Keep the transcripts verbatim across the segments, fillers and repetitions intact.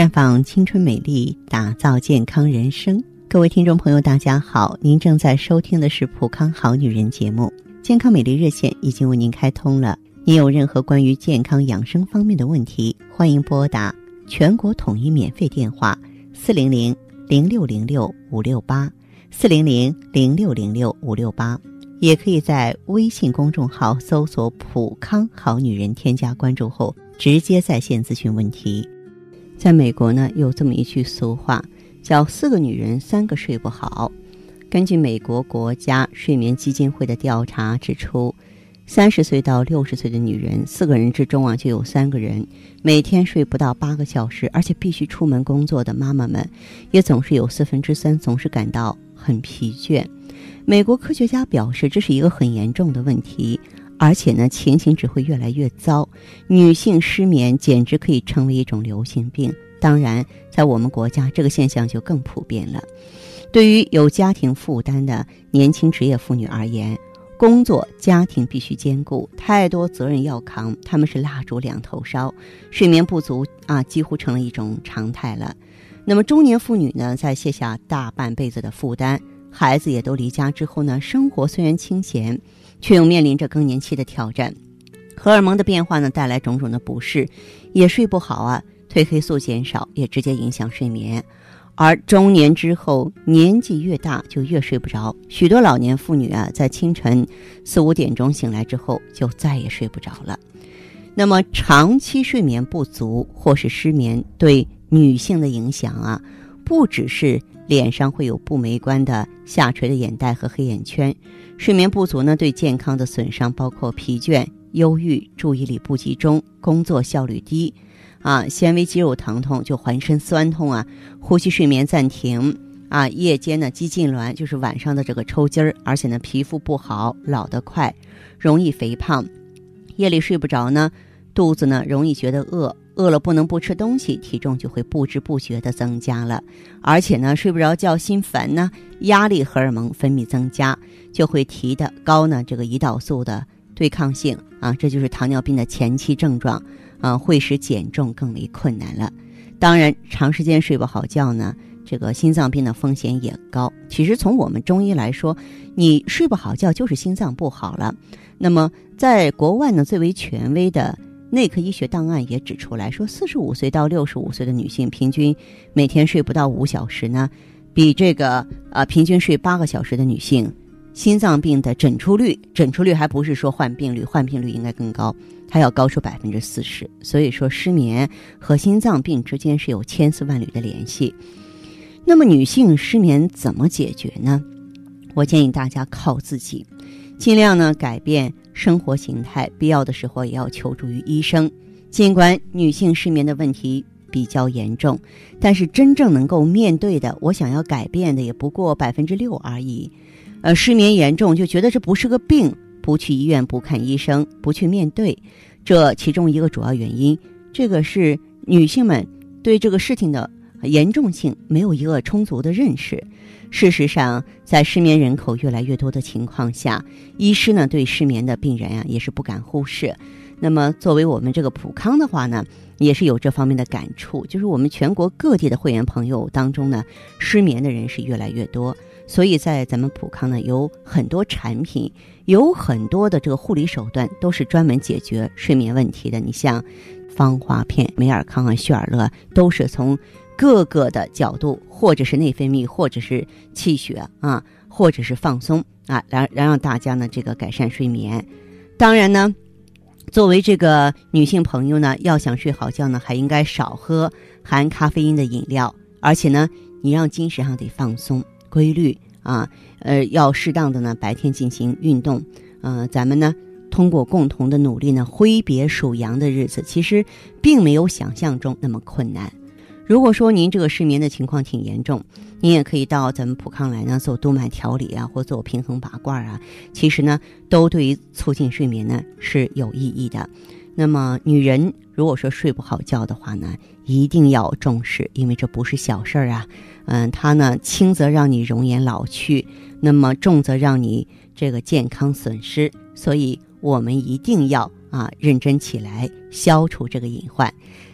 绽放青春美丽，打造健康人生。各位听众朋友大家好，您正在收听的是普康好女人节目，健康美丽热线已经为您开通了，您有任何关于健康养生方面的问题，欢迎拨打全国统一免费电话四零零零六零六五六八 四零零零六零六五六八，也可以在微信公众号搜索普康好女人，添加关注后直接在线咨询问题。在美国呢，有这么一句俗话，叫四个女人三个睡不好。根据美国国家睡眠基金会的调查指出，三十岁到六十岁的女人，四个人之中啊，就有三个人每天睡不到八个小时，而且必须出门工作的妈妈们，也总是有四分之三总是感到很疲倦。美国科学家表示，这是一个很严重的问题，而且呢，情形只会越来越糟。女性失眠简直可以成为一种流行病，当然，在我们国家，这个现象就更普遍了。对于有家庭负担的年轻职业妇女而言，工作家庭必须兼顾，太多责任要扛，他们是蜡烛两头烧，睡眠不足啊，几乎成了一种常态了。那么中年妇女呢，在卸下大半辈子的负担，孩子也都离家之后呢，生活虽然清闲，却又面临着更年期的挑战。荷尔蒙的变化呢，带来种种的不适，也睡不好啊，褪黑素减少也直接影响睡眠。而中年之后，年纪越大就越睡不着，许多老年妇女啊，在清晨四五点钟醒来之后，就再也睡不着了。那么长期睡眠不足或是失眠对女性的影响啊，不只是脸上会有不美观的下垂的眼袋和黑眼圈，睡眠不足呢，对健康的损伤包括疲倦、忧郁、注意力不集中、工作效率低啊，纤维肌肉疼痛，就浑身酸痛啊，呼吸睡眠暂停啊，夜间呢肌痉挛，就是晚上的这个抽筋儿，而且呢皮肤不好，老得快，容易肥胖，夜里睡不着呢，肚子呢容易觉得饿，饿了不能不吃东西，体重就会不知不觉的增加了，而且呢睡不着觉心烦呢，压力荷尔蒙分泌增加，就会提的高呢这个胰岛素的对抗性啊，这就是糖尿病的前期症状啊，会使减重更为困难了。当然长时间睡不好觉呢，这个心脏病的风险也高。其实从我们中医来说，你睡不好觉就是心脏不好了。那么在国外呢，最为权威的内科医学档案也指出来说，四十五岁到六十五岁的女性平均每天睡不到五小时呢，比这个呃平均睡八个小时的女性，心脏病的诊出率，诊出率还不是说患病率，患病率应该更高，它要高出百分之四十。所以说失眠和心脏病之间是有千丝万缕的联系。那么女性失眠怎么解决呢？我建议大家靠自己，尽量呢改变生活形态，必要的时候也要求助于医生。尽管女性失眠的问题比较严重，但是真正能够面对的，我想要改变的也不过百分之六而已。呃，失眠严重就觉得这不是个病，不去医院，不看医生，不去面对，这其中一个主要原因，这个是女性们对这个事情的严重性没有一个充足的认识。事实上，在失眠人口越来越多的情况下，医师呢对失眠的病人啊也是不敢忽视。那么作为我们这个普康的话呢，也是有这方面的感触，就是我们全国各地的会员朋友当中呢，失眠的人是越来越多。所以在咱们普康呢，有很多产品，有很多的这个护理手段，都是专门解决睡眠问题的。你像芳华片、美尔康啊、旭尔乐，都是从各个的角度，或者是内分泌，或者是气血啊，或者是放松啊，来来让大家呢这个改善睡眠。当然呢，作为这个女性朋友呢，要想睡好觉呢，还应该少喝含咖啡因的饮料，而且呢，你让精神上得放松。规律啊，呃，要适当的呢，白天进行运动，呃，咱们呢，通过共同的努力呢，挥别属阳的日子，其实并没有想象中那么困难。如果说您这个失眠的情况挺严重，您也可以到咱们普康来呢做督脉调理啊，或做平衡拔罐啊，其实呢，都对于促进睡眠呢是有意义的。那么女人如果说睡不好觉的话呢，一定要重视，因为这不是小事儿啊。嗯，它呢轻则让你容颜老去，那么重则让你这个健康损失。所以我们一定要啊认真起来，消除这个隐患。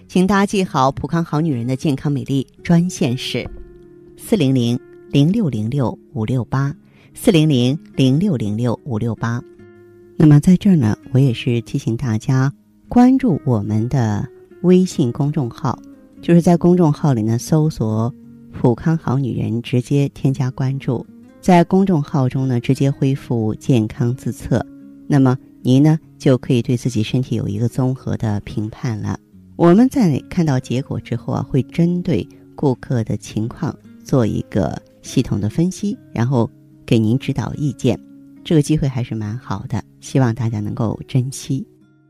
请大家记好普康好女人的健康美丽专线是四零零零六零六五六八四零零零六零六五六八。那么在这儿呢，我也是提醒大家关注我们的微信公众号，就是在公众号里呢搜索普康好女人，直接添加关注，在公众号中呢直接恢复健康自测，那么您呢就可以对自己身体有一个综合的评判了。我们在看到结果之后啊，会针对顾客的情况做一个系统的分析，然后给您指导意见。这个机会还是蛮好的，希望大家能够珍惜。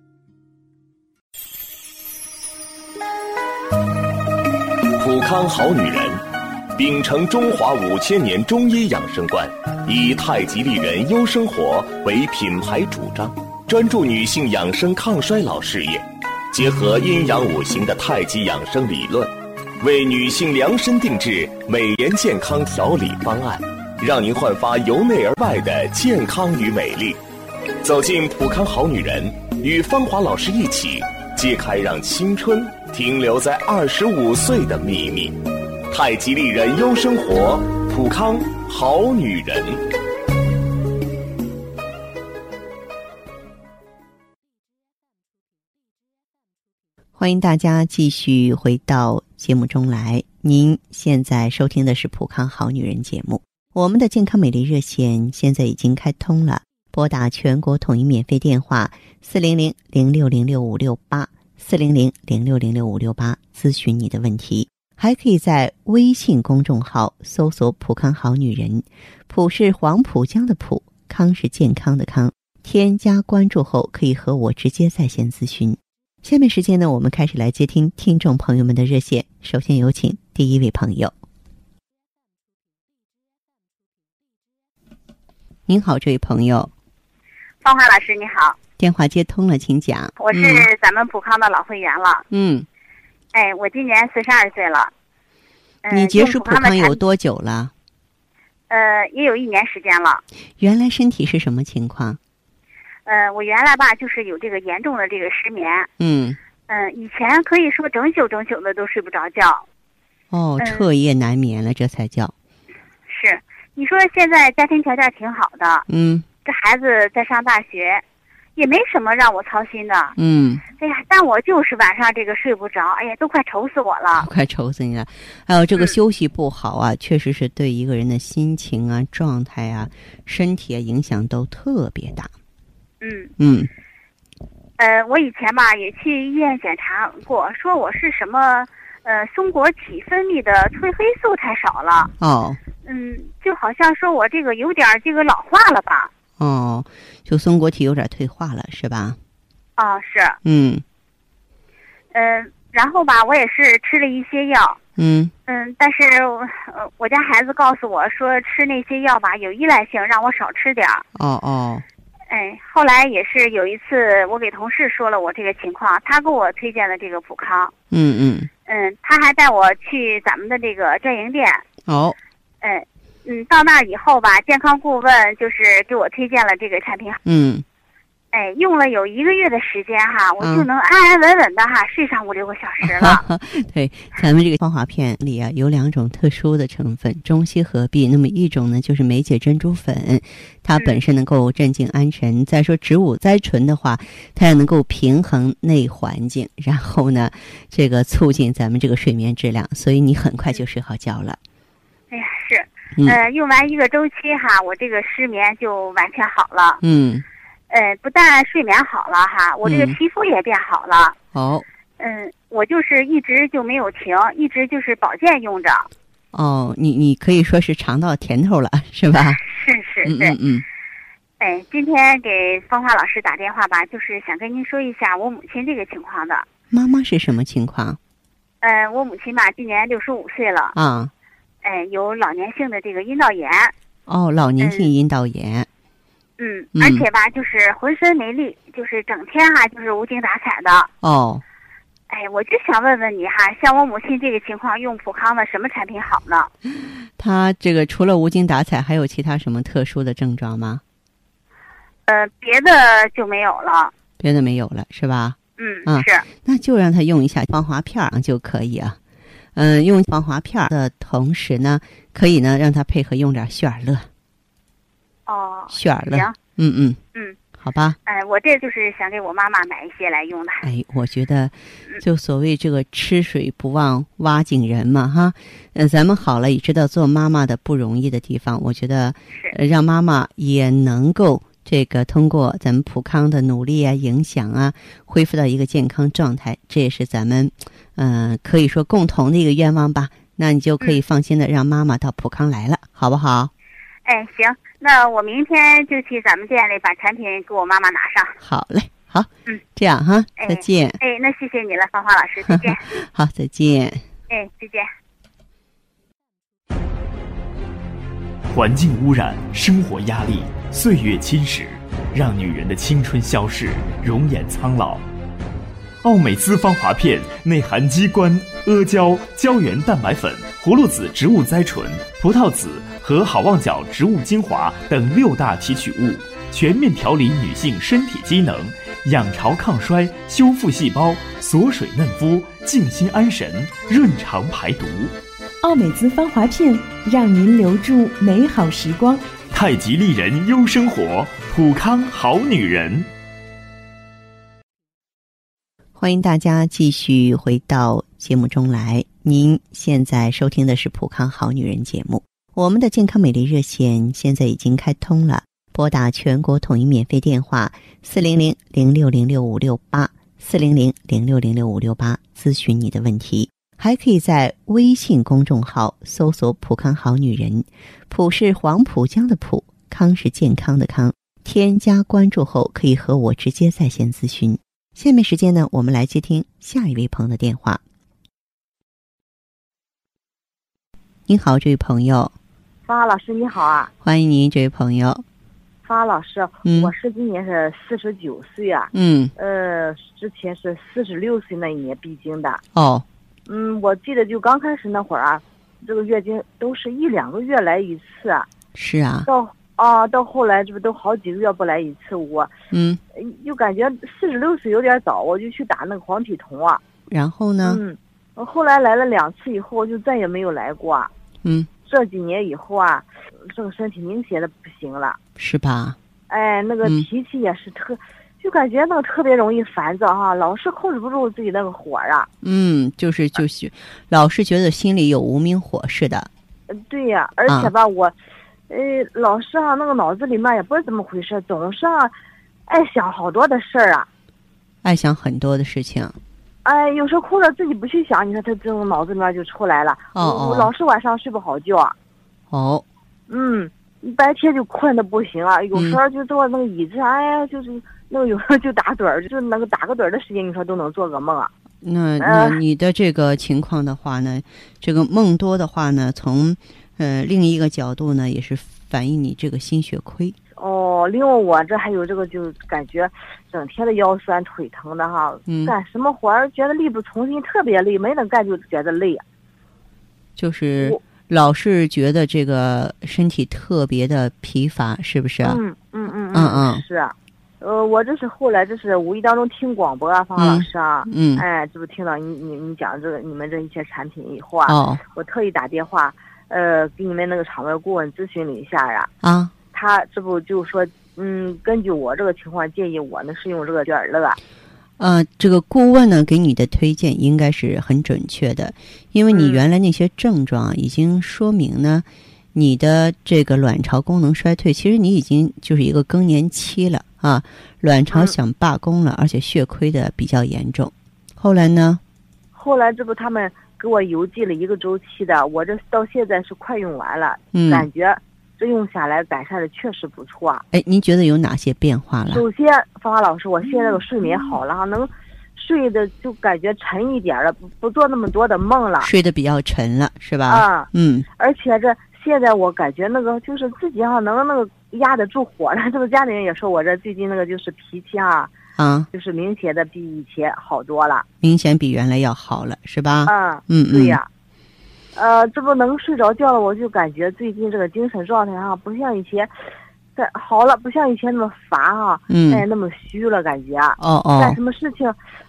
普康好女人秉承中华五千年中医养生观，以太极丽人优生活为品牌主张，专注女性养生抗衰老事业，结合阴阳五行的太极养生理论，为女性量身定制美颜健康调理方案，让您焕发由内而外的健康与美丽。走进普康好女人，与芳华老师一起揭开让青春停留在二十五岁的秘密。太极丽人优生活，普康好女人。 欢迎大家继续回到节目中来，您现在收听的是普康好女人节目。我们的健康美丽热线现在已经开通了，拨打全国统一免费电话四零零零六零六五六八四零零零六零六五六八咨询你的问题，还可以在微信公众号搜索普康好女人，普是黄浦江的浦，康是健康的康，添加关注后可以和我直接在线咨询。下面时间呢，我们开始来接听听众朋友们的热线。首先有请第一位朋友。您好，这位朋友。 芳华老师你好。 电话接通了，请讲。 我是咱们普康的老会员了。 嗯。 哎，我今年四十二岁了。 呃、你接触普康有多久了？ 呃，也有一年时间了。 原来身体是什么情况？ 呃，我原来吧，就是有这个严重的这个失眠。 嗯。 嗯、呃，以前可以说整宿整宿的都睡不着觉。 哦，彻夜难眠了，嗯、这才叫。 是，你说现在家庭条件挺好的。 嗯。 这孩子在上大学，也没什么让我操心的。 嗯。 哎呀，但我就是晚上这个睡不着，哎呀，都快愁死我了。 快愁死你了！还有这个休息不好啊，嗯、确实是对一个人的心情啊、状态啊、身体啊影响都特别大。 嗯嗯， 呃，我以前吧也去医院检查过，说我是什么呃松果体分泌的褪黑素太少了。 哦。 嗯，就好像说我这个有点这个老化了吧。 哦，就松果体有点退化了，是吧？ 哦，是。 嗯。 嗯、呃，然后吧，我也是吃了一些药。 嗯。 嗯，但是呃，我家孩子告诉我说吃那些药吧有依赖性，让我少吃点儿。 哦哦。 哎，后来也是有一次，我给同事说了我这个情况，他给我推荐了这个普康。 嗯嗯。 嗯，他还带我去咱们的这个专营店。 哦。 哎，嗯，到那儿以后吧，健康顾问就是给我推荐了这个产品。 嗯。 哎，用了有一个月的时间哈，我就能安安稳稳的哈、嗯、睡上五六个小时了。 对，咱们这个芳华片里啊有两种特殊的成分，中西合璧。那么一种呢就是梅解珍珠粉，它本身能够镇静安神。嗯、再说植物甾醇的话，它也能够平衡内环境，然后呢，这个促进咱们这个睡眠质量，所以你很快就睡好觉了。 哎呀，是，嗯、呃，用完一个周期哈，我这个失眠就完全好了。嗯。呃，不但睡眠好了哈，我这个皮肤也变好了。 哦。 嗯，我就是一直就没有停，一直就是保健用着。 哦，你你可以说是尝到甜头了，是吧？ 是是是。 嗯嗯。 哎，今天给芳华老师打电话吧，就是想跟您说一下我母亲这个情况的。 妈妈是什么情况？ 呃，我母亲吧，今年六十五岁了。 啊。 哎，有老年性的这个阴道炎。 哦，老年性阴道炎。 嗯嗯，而且吧，就是浑身没力，就是整天哈，就是无精打采的。 哦， 哎，我就想问问你哈，像我母亲这个情况，用普康的什么产品好呢？ 她这个除了无精打采，还有其他什么特殊的症状吗？ 呃，别的就没有了。 别的没有了，是吧？ 嗯啊， 是， 那就让他用一下防滑片就可以啊。嗯、呃，用防滑片的同时呢，可以呢让他配合用点血尔乐。 哦， 血尔乐， 行， 嗯嗯嗯， 好吧。 哎，我这就是想给我妈妈买一些来用的。 哎，我觉得就所谓这个吃水不忘挖井人嘛，哈，呃，咱们好了也知道做妈妈的不容易的地方，我觉得、呃、让妈妈也能够这个通过咱们普康的努力啊、影响啊，恢复到一个健康状态，这也是咱们嗯、呃、可以说共同的一个愿望吧。那你就可以放心的让妈妈到普康来了，嗯、好不好？ 哎，行，那我明天就去咱们店里把产品给我妈妈拿上。 好嘞，好， 嗯， 这样哈，再见。 哎，哎那谢谢你了，芳华老师，再见。 好，再见。 哎，再见。 环境污染、生活压力、岁月侵蚀，让女人的青春消逝，容颜苍老。奥美姿芳华片内含鸡冠、阿胶、胶原蛋白粉、葫芦籽植物甾醇、葡萄籽和好望角植物精华等六大提取物，全面调理女性身体机能，养巢抗衰，修复细胞，锁水嫩肤，静心安神，润肠排毒。 奥美姿芳华片让您留住美好时光。 太极丽人优生活，普康好女人。 欢迎大家继续回到节目中来，您现在收听的是普康好女人节目。我们的健康美丽热线现在已经开通了，拨打全国统一免费电话四零零零六零六五六八 四零零零六零六五六八咨询你的问题，还可以在微信公众号搜索普康好女人，普是黄浦江的浦，康是健康的康，添加关注后可以和我直接在线咨询。下面时间呢，我们来接听下一位朋友的电话。您好，这位朋友。 方老师你好啊。 欢迎您，这位朋友。 方老师、嗯、我是今年是四十九岁啊。 嗯。 呃，之前是四十六岁那一年闭经的。 哦。 嗯，我记得就刚开始那会儿啊，这个月经都是一两个月来一次啊。 是啊。 到啊，到后来这不都好几个月不来一次，我嗯， 就感觉四十六岁有点早，我就去打那个黄体酮啊。 然后呢？ 嗯，后来来了两次以后，我就再也没有来过。 嗯， 这几年以后啊，这个身体明显的不行了。 是吧？ 哎，那个脾气也是特，嗯、就感觉那个特别容易烦躁哈、啊，老是控制不住自己那个火啊。 嗯，就是就是，老是觉得心里有无名火似的。 对呀、啊，而且吧，啊、我。呃，老是啊，那个脑子里面也不知怎么回事，总是啊，爱想好多的事儿啊， 爱想很多的事情。 哎，有时候空着自己不去想，你看他这种脑子里面就出来了。 哦哦。 我老是晚上睡不好觉。 哦。 嗯，白天就困得不行啊，有时候就坐那个椅子上，嗯、哎呀，就是那个有时候就打盹儿，就那个打个盹儿的时间，你说都能做个梦啊。 那那你的这个情况的话呢，呃、这个梦多的话呢，从。呃，另一个角度呢，也是反映你这个心血亏。 哦，另外我这还有这个，就感觉整天的腰酸腿疼的哈，嗯、干什么活儿觉得力不从心，特别累，没能干就觉得累。 就是老是觉得这个身体特别的疲乏，是不是？ 嗯嗯嗯嗯嗯， 是啊。呃，我这是后来这是无意当中听广播啊，方老师啊， 嗯， 哎，这不听到你你你讲这个你们这一些产品以后啊， 哦， 我特意打电话。呃，给你们那个场外顾问咨询了一下呀、 啊，啊， 他这不就说，嗯，根据我这个情况，建议我呢是用这个卷儿乐。 呃，这个顾问呢给你的推荐应该是很准确的，因为你原来那些症状已经说明呢，嗯、你的这个卵巢功能衰退，其实你已经就是一个更年期了啊，卵巢想罢工了，嗯、而且血亏的比较严重。后来呢？ 后来这不他们。给我邮寄了一个周期的，我这到现在是快用完了， 嗯， 感觉这用下来改善的确实不错啊。 哎，您觉得有哪些变化了？ 首先，芳华老师，我现在这个睡眠好了哈，能睡的就感觉沉一点了，不不做那么多的梦了， 睡得比较沉了，是吧？ 啊， 嗯， 而且这现在我感觉那个就是自己哈能那个压得住火了，这个家里人也说我这最近那个就是脾气啊。 啊， 就是明显的比以前好多了， 明显比原来要好了，是吧？ 嗯嗯， 对呀、啊，呃，这不能睡着觉了，我就感觉最近这个精神状态哈，不像以前，在好了，不像以前那么乏哈， 嗯， 哎，那么虚了，感觉。 哦哦。 干什么事情，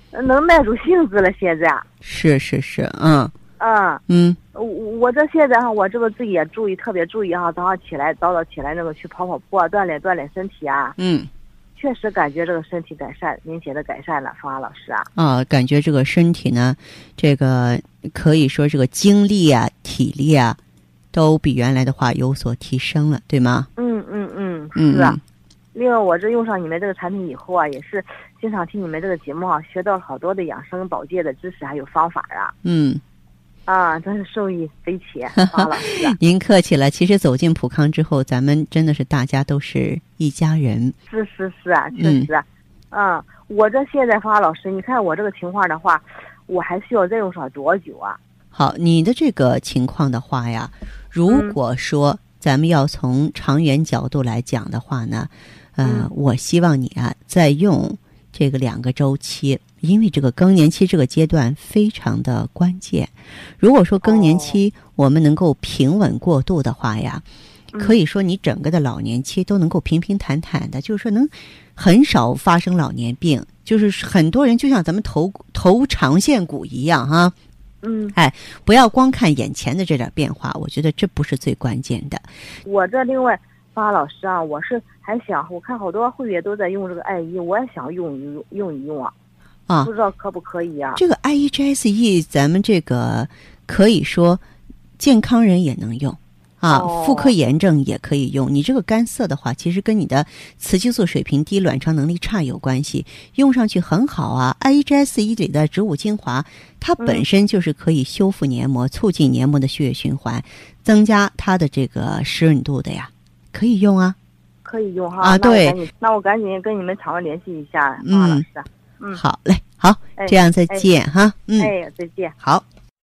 能耐住性子了。现在是是是，嗯嗯嗯， 我我这现在哈，我这个自己也注意，特别注意哈，早上起来早早起来那个去跑跑步啊，锻炼锻炼身体啊。 嗯， 确实感觉这个身体改善，明显的改善了，芳华老师啊。 啊，感觉这个身体呢，这个可以说这个精力啊、体力啊，都比原来的话有所提升了，对吗？ 嗯嗯嗯， 嗯是啊。另外，我这用上你们这个产品以后啊，也是经常听你们这个节目啊，学到好多的养生保健的知识还有方法啊。 嗯， 啊，真是受益匪浅，芳老师、啊。 您客气了。其实走进普康之后，咱们真的是大家都是一家人。 是是是啊，确实啊。嗯, 嗯，我这现在芳老师，你看我这个情况的话，我还需要再用上多久啊？ 好，你的这个情况的话呀，如果说咱们要从长远角度来讲的话呢，呃， 嗯、 我希望你啊，再用这个两个周期，因为这个更年期这个阶段非常的关键。如果说更年期我们能够平稳过渡的话呀，哦、可以说你整个的老年期都能够平平坦坦的，就是说能很少发生老年病，就是很多人就像咱们投投长线股一样哈。 嗯， 哎，不要光看眼前的这点变化，我觉得这不是最关键的。 我这另外，芳老师啊，我是还想，我看好多会员都在用这个艾依，我也想用一用用一用啊，啊，不知道可不可以啊？ 这个艾依 G S E， 咱们这个可以说健康人也能用啊， 哦、 妇科炎症也可以用。你这个干涩的话，其实跟你的雌激素水平低、卵巢能力差有关系，用上去很好啊。艾依 G S E 里的植物精华，它本身就是可以修复黏膜、促进黏膜的血液循环，增加它的这个湿润度的呀，可以用啊。 可以用哈啊，对。 那我赶紧跟你们厂联系一下，芳老师。 嗯，好嘞，好， 哎、 这样再见、 哎、 哈。嗯， 哎，再见。 好。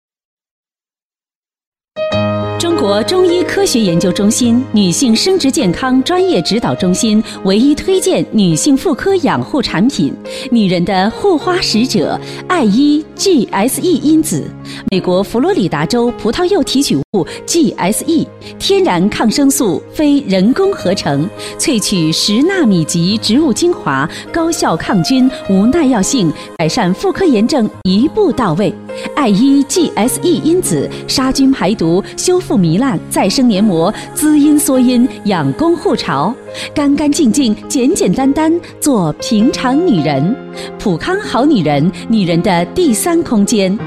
中国中医科学研究中心女性生殖健康专业指导中心唯一推荐女性妇科养护产品，女人的护花使者艾依 G S E 因子，美国佛罗里达州葡萄柚提取物 G S E， 天然抗生素，非人工合成，萃取十纳米级植物精华，高效抗菌，无耐药性，改善妇科炎症一步到位。艾依 G S E 因子杀菌排毒，修复糜烂，再生黏膜，滋阴缩阴，养宫护巢，干干净净，简简单单，做平常女人。普康好女人，女人的第三空间。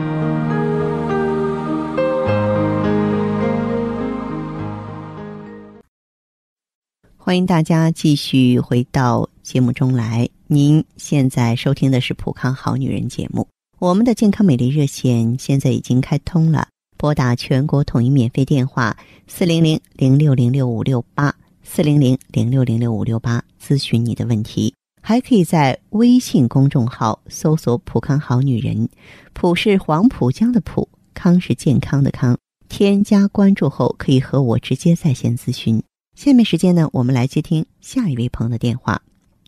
欢迎大家继续回到节目中来。您现在收听的是普康好女人节目，我们的健康美丽热线现在已经开通了，拨打全国统一免费电话四零零零六零六五六八四零零零六零六五六八咨询你的问题，还可以在微信公众号搜索普康好女人，普是黄浦江的浦，康是健康的康，添加关注后可以和我直接在线咨询。下面时间呢，我们来接听下一位朋友的电话。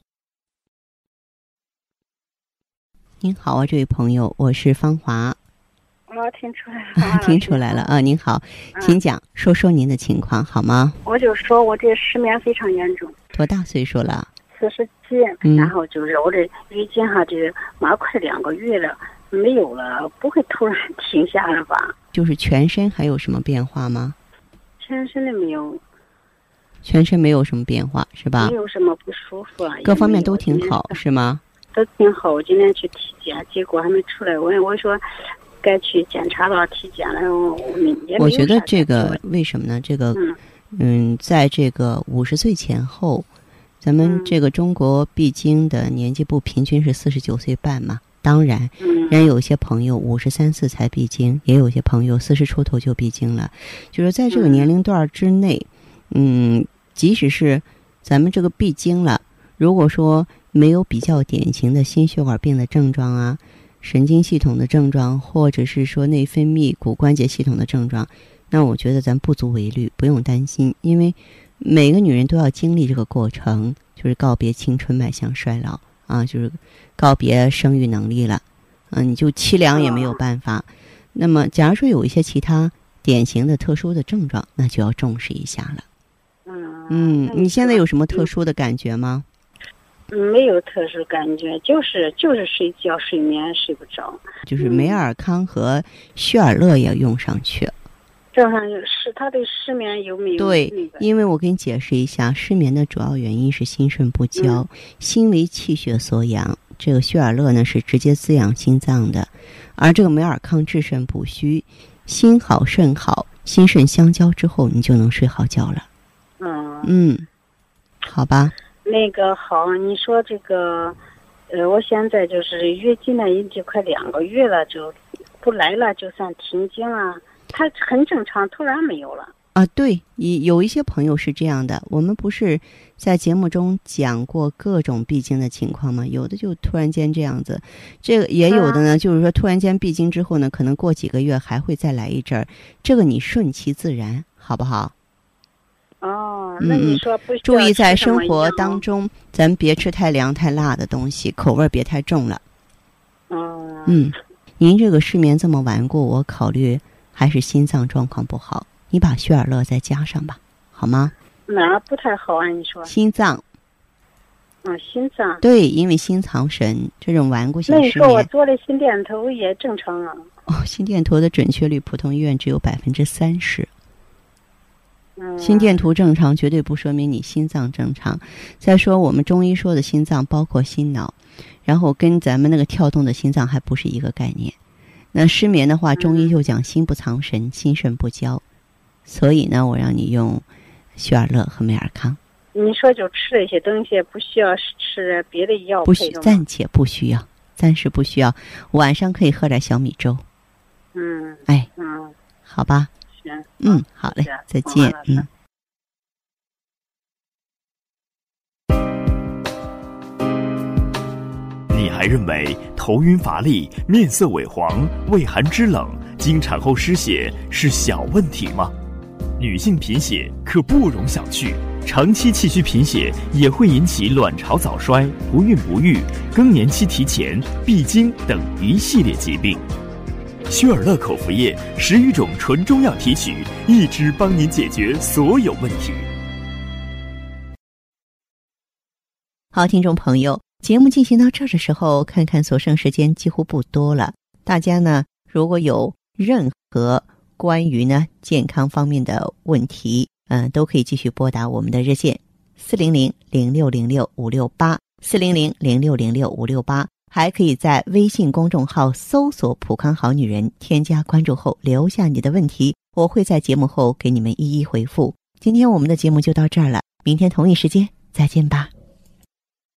您好啊，这位朋友，我是芳华。 我听出来了， 听出来了啊！您好，请讲，说说您的情况好吗？ 我就说我这失眠非常严重。 多大岁数了？ 四十七、嗯，然后就是我这已经哈这马快两个月了，没有了，不会突然停下了吧？ 就是全身还有什么变化吗？ 全身的没有。 全身没有什么变化是吧？ 没有什么不舒服啊， 各方面都挺好是吗？ 都挺好。我今天去体检，结果还没出来。我我说该去检查到体检了，我也我觉得这个为什么呢？这个嗯, 嗯，在这个五十岁前后，咱们这个中国闭经的年纪不平均是四十九岁半嘛？当然， 嗯， 人有些朋友五十三四才闭经，也有些朋友四十出头就闭经了，就是在这个年龄段之内。嗯，即使是咱们这个闭经了，如果说没有比较典型的心血管病的症状啊，神经系统的症状，或者是说内分泌骨关节系统的症状，那我觉得咱不足为虑，不用担心，因为每个女人都要经历这个过程，就是告别青春迈向衰老啊，就是告别生育能力了，嗯、啊，你就凄凉也没有办法。那么假如说有一些其他典型的特殊的症状，那就要重视一下了。嗯，你现在有什么特殊的感觉吗？ 没有特殊感觉，就是就是睡觉睡眠睡不着。 就是美尔康和血尔乐也用上去。 正常是他对失眠有没有？ 对，因为我给你解释一下，失眠的主要原因是心肾不交，嗯、心为气血所养。这个血尔乐呢是直接滋养心脏的，而这个美尔康治肾补虚，心好肾好，心肾相交之后，你就能睡好觉了。 嗯嗯，好吧。 那个好，你说这个，呃，我现在就是月经呢，已经快两个月了，就不来了，就算停经了。它很正常，突然没有了啊！对，有一些朋友是这样的。我们不是在节目中讲过各种闭经的情况吗？有的就突然间这样子，这个也有的呢，啊、就是说突然间闭经之后呢，可能过几个月还会再来一阵儿。这个你顺其自然，好不好？ 哦，那你说不需要注意在生活当中，咱别吃太凉太辣的东西，口味别太重了。 哦， 嗯，您这个失眠这么顽固，我考虑。还是心脏状况不好，你把血尔乐再加上吧，好吗？ 哪儿不太好啊？你说心脏。 啊、哦，心脏。 对，因为心藏神，这种顽固性失眠。 那你说我做的心电图也正常啊？ 哦，心电图的准确率，普通医院只有百分之三十。嗯，心电图正常，绝对不说明你心脏正常。再说，我们中医说的心脏包括心脑，然后跟咱们那个跳动的心脏还不是一个概念。那失眠的话，中医就讲心不藏神，嗯、心肾不交，所以呢，我让你用血尔乐和美尔康。 你说就吃了一些东西，不需要吃别的药？ 不需，暂且不需要，暂时不需要。晚上可以喝点小米粥。 嗯， 哎， 嗯， 好吧。 行， 嗯，好嘞，再见，嗯。 你还认为头晕乏力、面色萎黄、畏寒肢冷、经产后失血是小问题吗？女性贫血可不容小觑，长期气虚贫血也会引起卵巢早衰、不孕不育、更年期提前、闭经等一系列疾病。血尔乐口服液十余种纯中药提取，一支帮您解决所有问题。 好，听众朋友，节目进行到这儿的时候，看看所剩时间几乎不多了。大家呢，如果有任何关于呢健康方面的问题，嗯、呃，都可以继续拨打我们的热线四零零零六零六五六八四零零零六零六五六八，还可以在微信公众号搜索“普康好女人”，添加关注后留下你的问题，我会在节目后给你们一一回复。今天我们的节目就到这儿了，明天同一时间再见吧。